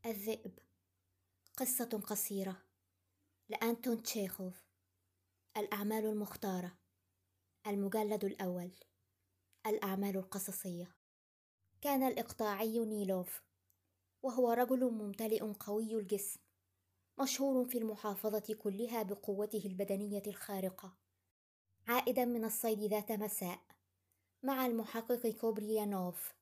الذئب. قصة قصيرة لأنتون تشيخوف. الأعمال المختارة. المجلد الأول. الأعمال القصصية. كان الإقطاعي نيلوف، وهو رجل ممتلئ قوي الجسم، مشهور في المحافظة كلها بقوته البدنية الخارقة. عائدا من الصيد ذات مساء مع المحقق كوبريانوف،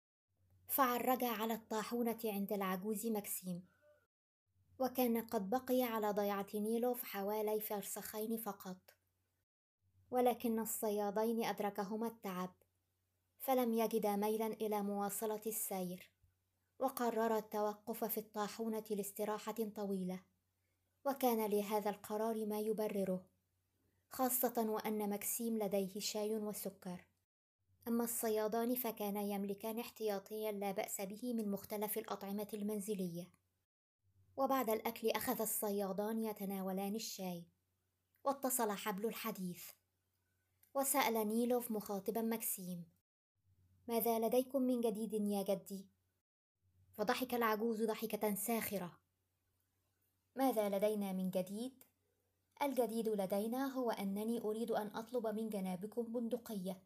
فعرج على الطاحونة عند العجوز مكسيم، وكان قد بقي على ضيعة نيلوف حوالي فرسخين فقط، ولكن الصيادين أدركهما التعب، فلم يجدا ميلا إلى مواصلة السير، وقررا التوقف في الطاحونة لاستراحة طويلة. وكان لهذا القرار ما يبرره، خاصة وأن مكسيم لديه شاي وسكر، أما الصيادان فكانا يملكان احتياطيا لا بأس به من مختلف الأطعمة المنزلية. وبعد الأكل أخذ الصيادان يتناولان الشاي، واتصل حبل الحديث، وسأل نيلوف مخاطبا مكسيم: ماذا لديكم من جديد يا جدي؟ فضحك العجوز ضحكة ساخرة: ماذا لدينا من جديد؟ الجديد لدينا هو أنني أريد أن أطلب من جنابكم بندقية.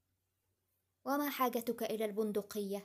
وما حاجتك إلى البندقية؟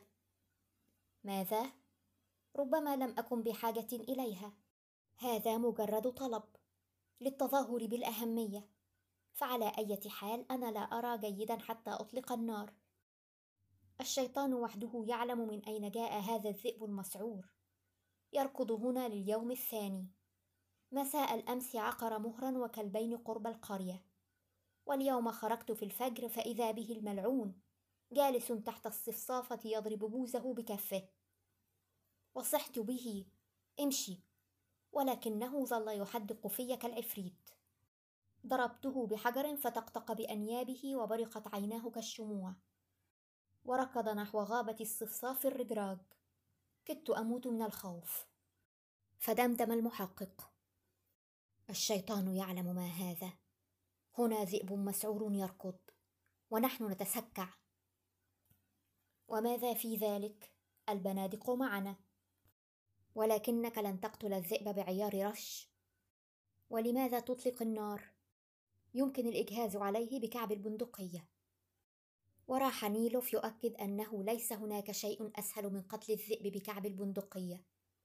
ماذا؟ ربما لم أكن بحاجة إليها، هذا مجرد طلب للتظاهر بالأهمية، فعلى أي حال أنا لا أرى جيدا حتى أطلق النار. الشيطان وحده يعلم من أين جاء هذا الذئب المسعور، يركض هنا لليوم الثاني. مساء الأمس عقر مهرا وكلبين قرب القرية، واليوم خرجت في الفجر فإذا به الملعون جالس تحت الصفصافة يضرب بوزه بكفه، وصحت به: امشي، ولكنه ظل يحدق في كالعفريت. ضربته بحجر فتقطق بأنيابه وبرقت عيناه كالشموع، وركض نحو غابة الصفصاف الرجراج. كدت أموت من الخوف. فدمدم المحقق: الشيطان يعلم ما هذا، هنا ذئب مسعور يركض ونحن نتسكع. وماذا في ذلك؟ البنادق معنا. ولكنك لن تقتل الذئب بعيار رش. ولماذا تطلق النار؟ يمكن الإجهاز عليه بكعب البندقية. وراح نيلوف يؤكد أنه ليس هناك شيء أسهل من قتل الذئب بكعب البندقية،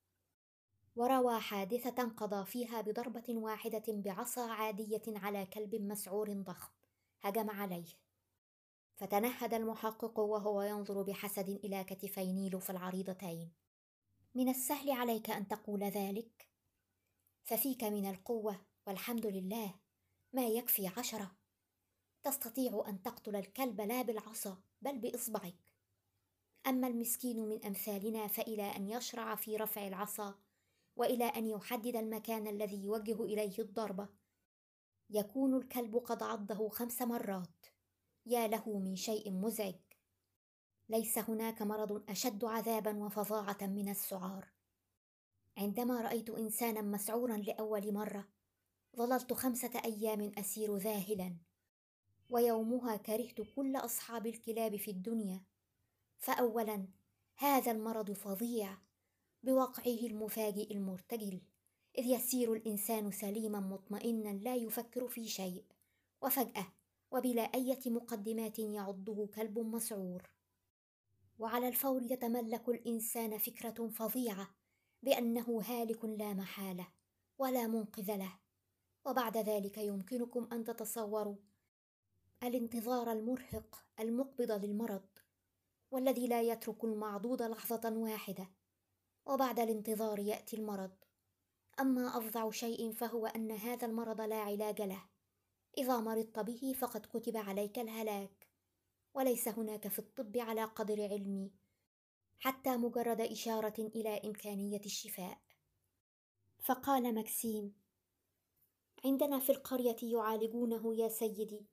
وروى حادثة قضى فيها بضربة واحدة بعصا عادية على كلب مسعور ضخم هجم عليه. فتنهد المحقق وهو ينظر بحسد إلى كتفي نيلوف العريضتين: من السهل عليك أن تقول ذلك، ففيك من القوة والحمد لله ما يكفي 10. تستطيع أن تقتل الكلب لا بالعصا بل بإصبعك. أما المسكين من أمثالنا فإلى أن يشرع في رفع العصا وإلى أن يحدد المكان الذي يوجه إليه الضربة يكون الكلب قد عضه 5 مرات. يا له من شيء مزعج. ليس هناك مرض أشد عذابا وفظاعة من السعار. عندما رأيت إنسانا مسعورا لأول مرة ظللت 5 أيام أسير ذاهلا، ويومها كرهت كل أصحاب الكلاب في الدنيا. فأولا هذا المرض فظيع بوقعه المفاجئ المرتجل، إذ يسير الإنسان سليما مطمئنا لا يفكر في شيء، وفجأة وبلا أي مقدمات يعضه كلب مسعور. وعلى الفور تتملك الإنسان فكرة فظيعة بأنه هالك لا محالة ولا منقذ له. وبعد ذلك يمكنكم أن تتصوروا الانتظار المرهق المقبض للمرض، والذي لا يترك المعضوض لحظة واحدة. وبعد الانتظار يأتي المرض. أما أفظع شيء فهو أن هذا المرض لا علاج له. إذا مرضت به فقد كتب عليك الهلاك، وليس هناك في الطب على قدر علمي حتى مجرد إشارة إلى إمكانية الشفاء. فقال مكسيم: عندنا في القرية يعالجونه يا سيدي،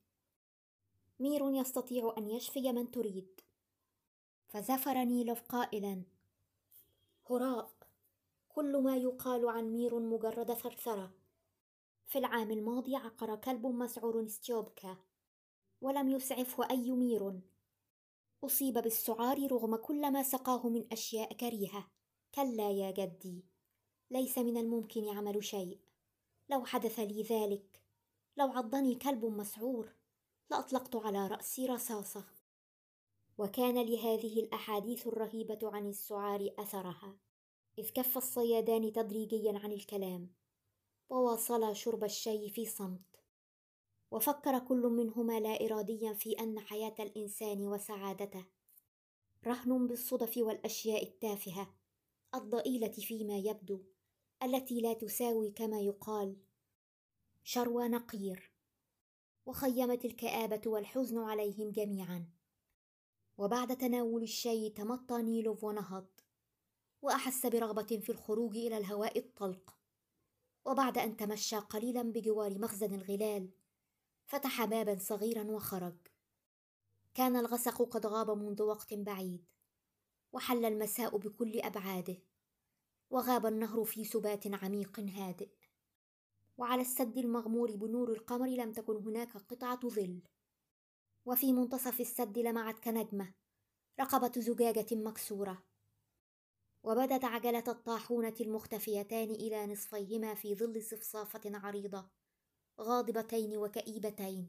مير يستطيع أن يشفي من تريد. فزفر نيلوف قائلا: هراء، كل ما يقال عن مير مجرد ثرثرة. في العام الماضي عقر كلب مسعور ستيوبكا ولم يسعفه أي مير. أصيب بالسعار رغم كل ما سقاه من أشياء كريهة. كلا يا جدي، ليس من الممكن عمل شيء. لو حدث لي ذلك، لو عضني كلب مسعور، لأطلقت على رأسي رصاصة. وكان لهذه الأحاديث الرهيبة عن السعار أثرها، إذ كف الصيادان تدريجيا عن الكلام، وواصلا شرب الشاي في صمت. وفكر كل منهما لا إراديا في أن حياة الإنسان وسعادته رهن بالصدف والأشياء التافهة الضئيلة فيما يبدو، التي لا تساوي كما يقال شروى نقير. وخيمت الكآبة والحزن عليهم جميعا. وبعد تناول الشاي تمطى نيلوف ونهض، وأحس برغبة في الخروج إلى الهواء الطلق. وبعد أن تمشى قليلا بجوار مخزن الغلال، فتح بابا صغيرا وخرج. كان الغسق قد غاب منذ وقت بعيد، وحل المساء بكل أبعاده، وغاب النهر في سبات عميق هادئ. وعلى السد المغمور بنور القمر لم تكن هناك قطعة ظل، وفي منتصف السد لمعت كنجمة رقبة زجاجة مكسورة. وبدت عجلة الطاحونة المختفيتان إلى نصفيهما في ظل صفصافة عريضة، غاضبتين وكئيبتين.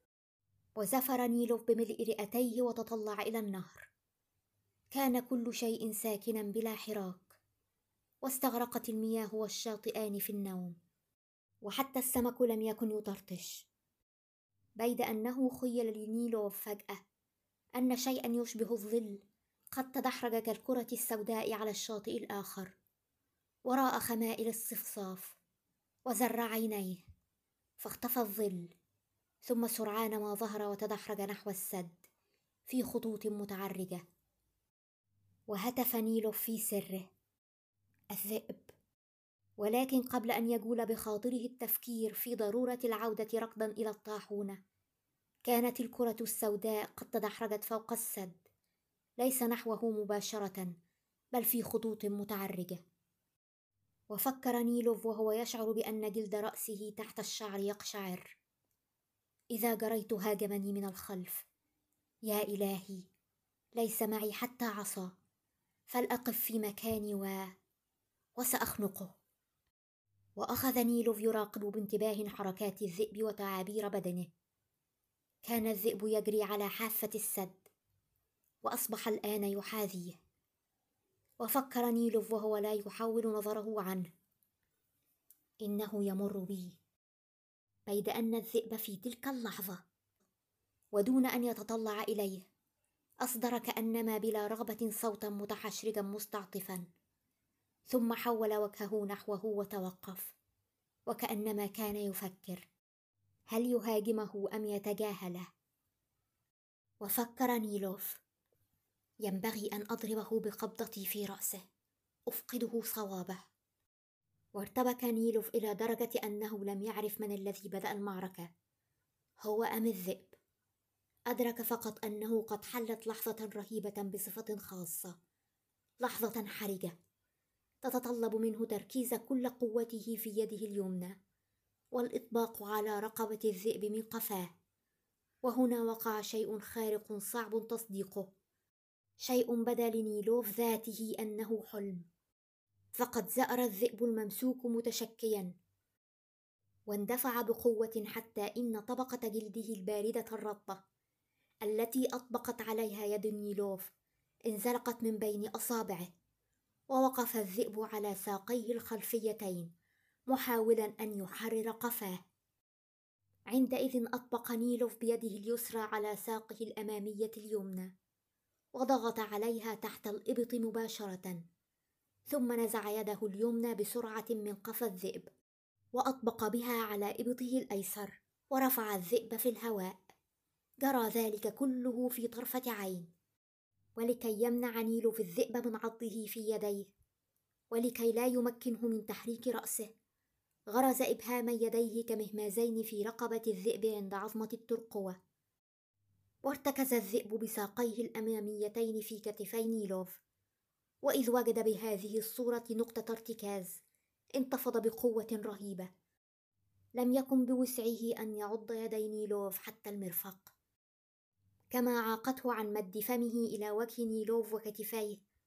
وزفر نيلوف بملء رئتيه وتطلع إلى النهر. كان كل شيء ساكنا بلا حراك، واستغرقت المياه والشاطئان في النوم، وحتى السمك لم يكن يطرطش. بيد أنه خيل لنيلوف فجأة أن شيئا يشبه الظل قد تدحرج كالكرة السوداء على الشاطئ الآخر، وراء خمائل الصفصاف. وزر عينيه، فاختفى الظل، ثم سرعان ما ظهر وتدحرج نحو السد في خطوط متعرجة. وهتف نيلوف في سره: الذئب. ولكن قبل أن يجول بخاطره التفكير في ضرورة العودة ركضا إلى الطاحونة، كانت الكرة السوداء قد تدحرجت فوق السد، ليس نحوه مباشرة، بل في خطوط متعرجة. وفكر نيلوف وهو يشعر بأن جلد رأسه تحت الشعر يقشعر: إذا جريت هاجمني من الخلف. يا إلهي، ليس معي حتى عصا، فلأقف في مكاني وسأخنقه. وأخذ نيلوف يراقب بانتباه حركات الذئب وتعابير بدنه. كان الذئب يجري على حافة السد، وأصبح الآن يحاذيه. وفكر نيلوف وهو لا يحول نظره عنه: إنه يمر بي. بيد أن الذئب في تلك اللحظة، ودون أن يتطلع إليه، أصدر كأنما بلا رغبة صوتا متحشرجا مستعطفا، ثم حول وجهه نحوه وتوقف، وكأنما كان يفكر هل يهاجمه أم يتجاهله. وفكر نيلوف: ينبغي أن أضربه بقبضتي في رأسه، أفقده صوابه. وارتبك نيلوف إلى درجة أنه لم يعرف من الذي بدأ المعركة، هو أم الذئب. أدرك فقط أنه قد حلت لحظة رهيبة بصفة خاصة، لحظة حرجة تتطلب منه تركيز كل قوته في يده اليمنى، والإطباق على رقبة الذئب من قفاه. وهنا وقع شيء خارق صعب تصديقه، شيء بدا لنيلوف ذاته أنه حلم. فقد زأر الذئب الممسوك متشكيا، واندفع بقوة حتى إن طبقة جلده الباردة الرطبة التي أطبقت عليها يد نيلوف انزلقت من بين أصابعه. ووقف الذئب على ساقيه الخلفيتين محاولا أن يحرر قفاه. عندئذ أطبق نيلوف بيده اليسرى على ساقه الأمامية اليمنى، وضغط عليها تحت الإبط مباشرة، ثم نزع يده اليمنى بسرعة من قفا الذئب، وأطبق بها على إبطه الأيسر، ورفع الذئب في الهواء. جرى ذلك كله في طرفة عين. ولكي يمنع نيلوف الذئب من عضه في يديه، ولكي لا يمكنه من تحريك رأسه، غرز إبهامي يديه كمهمازين في رقبة الذئب عند عظمة الترقوة. وارتكز الذئب بساقيه الأماميتين في كتفي نيلوف، وإذ وجد بهذه الصورة نقطة ارتكاز، انتفض بقوة رهيبة. لم يكن بوسعه أن يعض يدي نيلوف حتى المرفق. كما عاقته عن مد فمه إلى وجه نيلوف وكتفيه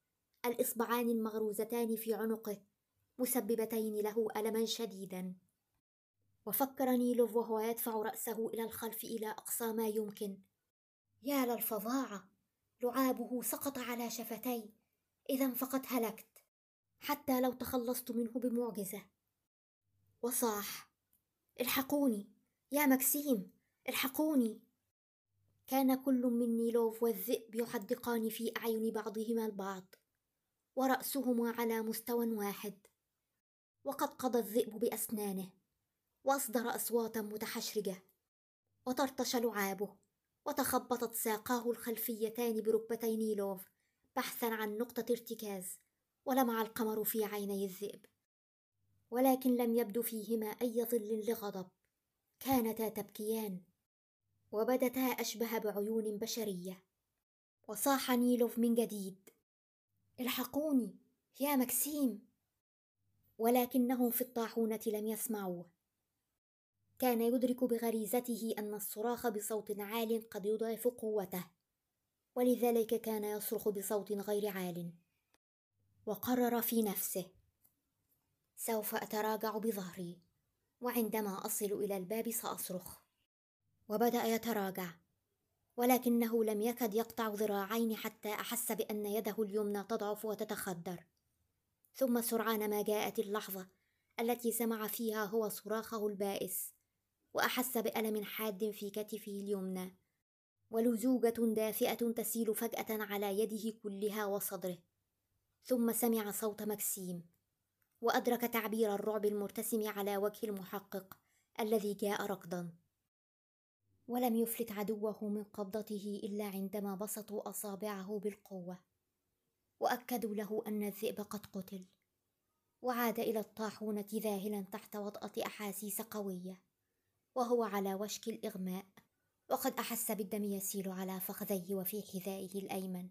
الإصبعان المغروزتان في عنقه مسببتين له ألما شديدا. وفكر نيلوف وهو يدفع رأسه إلى الخلف إلى أقصى ما يمكن: يا للفظاعة، لعابه سقط على شفتي، إذا فقد هلكت حتى لو تخلصت منه بمعجزة. وصاح: الحقوني يا مكسيم، الحقوني. كان كل من نيلوف والذئب يحدقان في أعين بعضهما البعض، ورأسهما على مستوى واحد. وقد قضى الذئب بأسنانه، وأصدر أصواتا متحشرجة، وطرطش لعابه، وتخبطت ساقاه الخلفيتان بركبتي نيلوف بحثا عن نقطة ارتكاز. ولمع القمر في عيني الذئب، ولكن لم يبدو فيهما أي ظل لغضب. كانتا تبكيان، وبدتا أشبه بعيون بشرية. وصاح نيلوف من جديد: الحقوني يا مكسيم. ولكنهم في الطاحونة لم يسمعوه. كان يدرك بغريزته أن الصراخ بصوت عال قد يضعف قوته، ولذلك كان يصرخ بصوت غير عال. وقرر في نفسه: سوف أتراجع بظهري، وعندما أصل إلى الباب سأصرخ. وبدأ يتراجع، ولكنه لم يكد يقطع ذراعين حتى أحس بأن يده اليمنى تضعف وتتخدر. ثم سرعان ما جاءت اللحظة التي سمع فيها هو صراخه البائس، وأحس بألم حاد في كتفه اليمنى، ولزوجة دافئة تسيل فجأة على يده كلها وصدره. ثم سمع صوت مكسيم، وأدرك تعبير الرعب المرتسم على وجه المحقق الذي جاء ركضا. ولم يفلت عدوه من قبضته إلا عندما بسطوا أصابعه بالقوة، وأكدوا له أن الذئب قد قتل. وعاد إلى الطاحونة ذاهلا تحت وطأة أحاسيس قوية، وهو على وشك الإغماء، وقد أحس بالدم يسيل على فخذيه وفي حذائه الأيمن.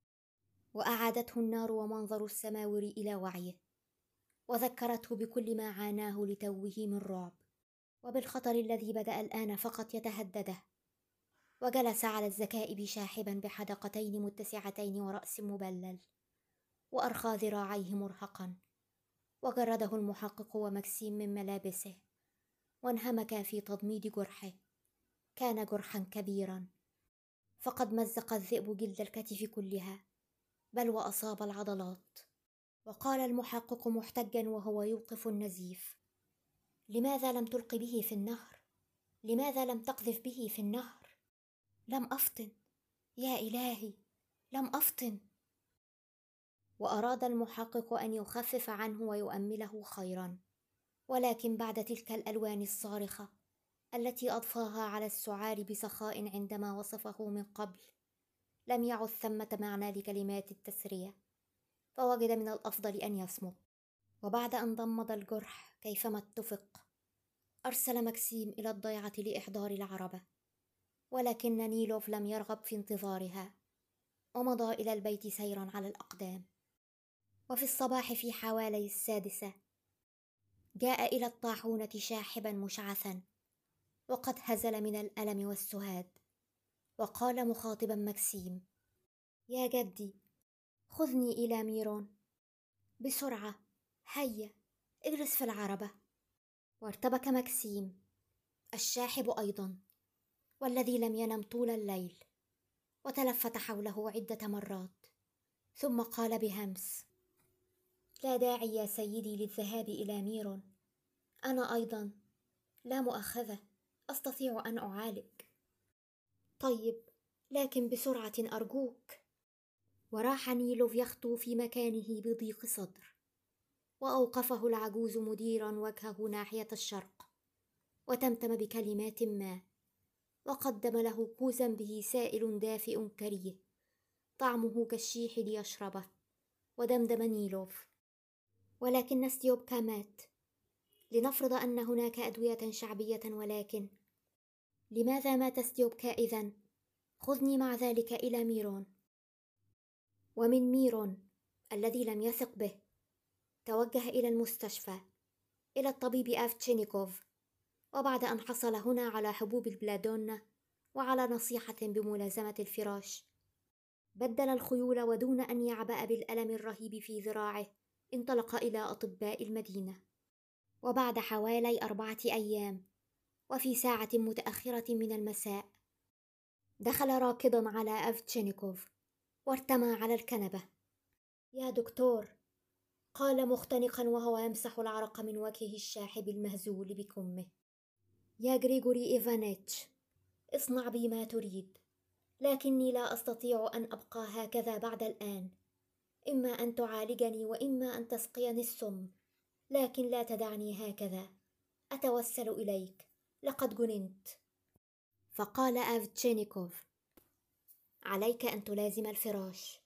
وأعادته النار ومنظر السماور إلى وعيه، وذكرته بكل ما عاناه لتوه من رعب، وبالخطر الذي بدأ الآن فقط يتهدده. وجلس على الزكائب شاحبا بحدقتين متسعتين ورأس مبلل، وأرخى ذراعيه مرهقا. وجرده المحقق ومكسيم من ملابسه، وانهمكا في تضميد جرحه. كان جرحا كبيرا، فقد مزق الذئب جلد الكتف كلها، بل وأصاب العضلات. وقال المحقق محتجا وهو يوقف النزيف: لماذا لم تلق به في النهر؟ لماذا لم تقذف به في النهر؟ لم أفطن يا إلهي، لم أفطن. وأراد المحقق أن يخفف عنه ويؤمله خيرا، ولكن بعد تلك الألوان الصارخة التي أضفاها على السعار بسخاء عندما وصفه من قبل، لم يعد ثمة معنى لكلمات التسرية، فوجد من الأفضل أن يصمت. وبعد أن ضمد الجرح كيفما اتفق، أرسل مكسيم إلى الضيعة لإحضار العربة، ولكن نيلوف لم يرغب في انتظارها، ومضى إلى البيت سيرا على الأقدام. وفي الصباح في حوالي 6 جاء إلى الطاحونة شاحبا مشعثا، وقد هزل من الألم والسهاد، وقال مخاطبا مكسيم: يا جدي، خذني إلى ميرون بسرعة، هيا اجلس في العربة. وارتبك مكسيم، الشاحب أيضا، والذي لم ينم طول الليل، وتلفت حوله عدة مرات، ثم قال بهمس: لا داعي يا سيدي للذهاب إلى ميرون، أنا أيضا لا مؤاخذة أستطيع أن أعالج. طيب، لكن بسرعة أرجوك. وراح نيلوف يخطو في مكانه بضيق صدر، وأوقفه العجوز مديرا وجهه ناحية الشرق، وتمتم بكلمات ما، وقدم له كوزا به سائل دافئ كريه طعمه كالشيح ليشربه. ودمدم نيلوف: ولكن ستيوبكا مات. لنفرض أن هناك أدوية شعبية، ولكن لماذا مات ستيوبكا إذن؟ خذني مع ذلك إلى ميرون. ومن ميرون الذي لم يثق به توجه إلى المستشفى، إلى الطبيب أفتشينيكوف. وبعد أن حصل هنا على حبوب البلادونا وعلى نصيحة بملازمة الفراش، بدل الخيول، ودون أن يعبأ بالألم الرهيب في ذراعه انطلق إلى أطباء المدينة. وبعد حوالي 4 أيام، وفي ساعة متأخرة من المساء، دخل راكضا على أفتشينكوف وارتمى على الكنبة. يا دكتور، قال مختنقا وهو يمسح العرق من وجهه الشاحب المهزول بكمه، يا غريغوري إيفانيتش، اصنع بي ما تريد، لكني لا أستطيع أن أبقى هكذا بعد الآن. إما أن تعالجني وإما أن تسقيني السم، لكن لا تدعني هكذا، أتوسل إليك، لقد جننت. فقال أفتشينكوف: عليك أن تلازم الفراش.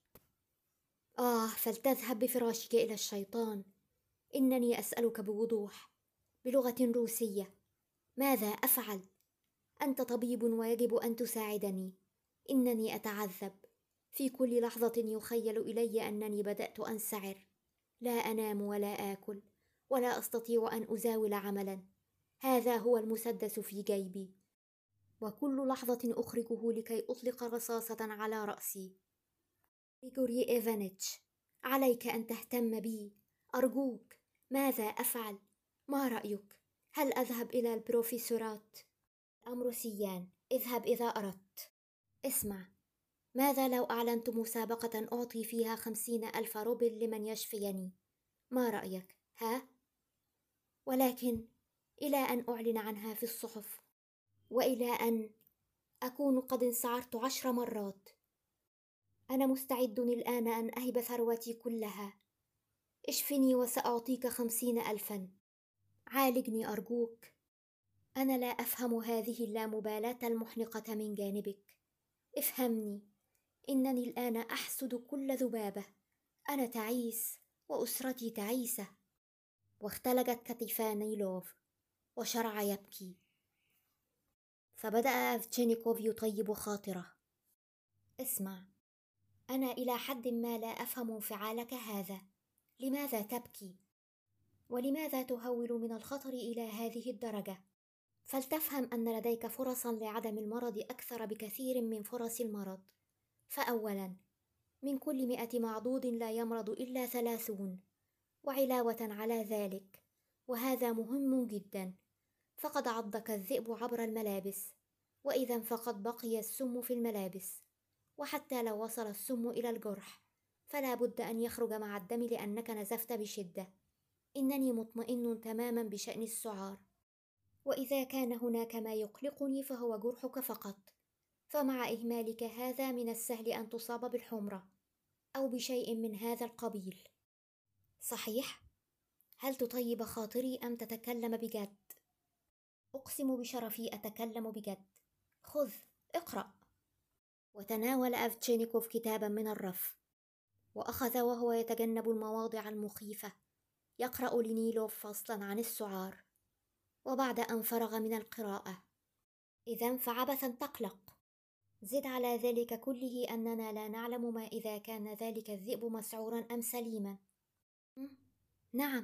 فلتذهب بفراشك إلى الشيطان. إنني أسألك بوضوح بلغة روسية، ماذا أفعل؟ أنت طبيب ويجب أن تساعدني. إنني أتعذب في كل لحظة، يخيل إلي أنني بدأت أنسعر، لا أنام ولا آكل ولا أستطيع أن أزاول عملا. هذا هو المسدس في جيبي، وكل لحظة أخرجه لكي أطلق رصاصة على رأسي. غريغوري إيفانيتش، عليك أن تهتم بي، أرجوك. ماذا أفعل؟ ما رأيك؟ هل أذهب إلى البروفيسورات؟ الأمر سيان، اذهب إذا أردت. اسمع، ماذا لو أعلنت مسابقة أعطي فيها 50,000 روبل لمن يشفيني؟ ما رأيك؟ ها؟ ولكن إلى أن أعلن عنها في الصحف، وإلى أن أكون قد انسعرت 10 مرات، أنا مستعد الآن أن أهب ثروتي كلها. اشفني وسأعطيك 50,000. عالجني أرجوك. أنا لا أفهم هذه اللامبالاة المحنقة من جانبك. افهمني، إنني الآن أحسد كل ذبابة. أنا تعيس وأسرتي تعيسة. واختلجت كتفا نيلوف وشرع يبكي. فبدأ أفتشينكوف يطيب خاطره. اسمع، أنا إلى حد ما لا أفهم انفعالك هذا. لماذا تبكي؟ ولماذا تهول من الخطر إلى هذه الدرجة؟ فلتفهم أن لديك فرصا لعدم المرض أكثر بكثير من فرص المرض. فأولا، من كل 100 معضود لا يمرض إلا 30. وعلاوة على ذلك، وهذا مهم جدا، فقد عضك الذئب عبر الملابس، وإذا فقد بقي السم في الملابس. وحتى لو وصل السم إلى الجرح، فلا بد أن يخرج مع الدم لأنك نزفت بشدة. إنني مطمئن تماما بشأن السعار، وإذا كان هناك ما يقلقني فهو جرحك فقط. فمع إهمالك هذا من السهل أن تصاب بالحمرة أو بشيء من هذا القبيل. صحيح؟ هل تطيب خاطري أم تتكلم بجد؟ أقسم بشرفي أتكلم بجد. خذ، اقرأ. وتناول أفتشينكوف كتابا من الرف، وأخذ وهو يتجنب المواضع المخيفة يقرأ لنيلوف فصلا عن السعار. وبعد أن فرغ من القراءة: إذن فعبثا تقلق. زد على ذلك كله أننا لا نعلم ما إذا كان ذلك الذئب مسعورا أم سليما. نعم،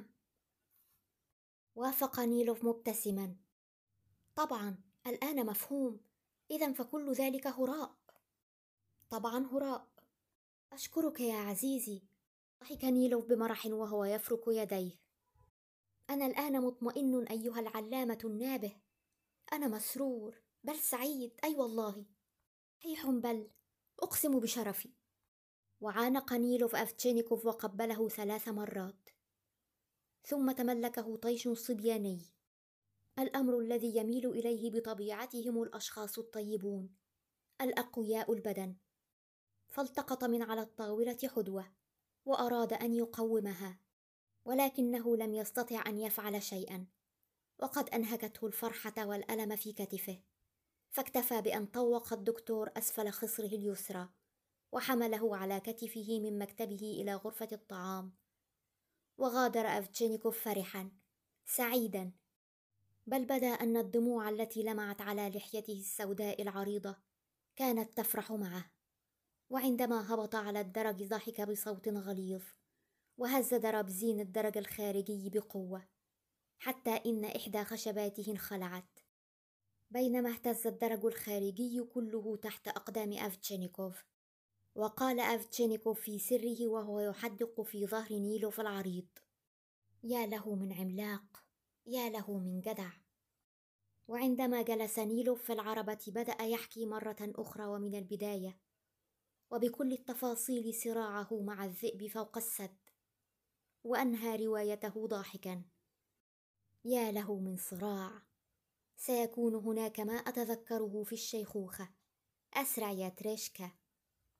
وافق نيلوف مبتسما. طبعا، الآن مفهوم. إذن فكل ذلك هراء. طبعا هراء. أشكرك يا عزيزي. ضحك نيلوف بمرح وهو يفرك يديه. أنا الآن مطمئن أيها العلامة النابه. أنا مسرور، بل سعيد، أي والله. صحيح، بل أقسم بشرفي. وعانق نيلوف أفتشينكوف وقبله 3 مرات، ثم تملكه طيش صبياني، الأمر الذي يميل إليه بطبيعتهم الأشخاص الطيبون الأقوياء البدن. فالتقط من على الطاولة حدوة وأراد أن يقومها، ولكنه لم يستطع أن يفعل شيئا، وقد أنهكته الفرحة والألم في كتفه، فاكتفى بأن طوق الدكتور أسفل خصره اليسرى وحمله على كتفه من مكتبه إلى غرفة الطعام. وغادر أفتشينكوف فرحا سعيدا، بل بدا أن الدموع التي لمعت على لحيته السوداء العريضة كانت تفرح معه. وعندما هبط على الدرج ضحك بصوت غليظ، وهز درابزين الدرج الخارجي بقوة حتى إن إحدى خشباته انخلعت، بينما اهتز الدرج الخارجي كله تحت أقدام أفتشينكوف. وقال أفتشينكوف في سره وهو يحدق في ظهر نيلوف العريض: يا له من عملاق، يا له من جدع. وعندما جلس نيلوف في العربة بدأ يحكي مرة أخرى ومن البداية، وبكل التفاصيل، صراعه مع الذئب فوق السد، وأنهى روايته ضاحكا: يا له من صراع، سيكون هناك ما أتذكره في الشيخوخة. أسرع يا تريشكا.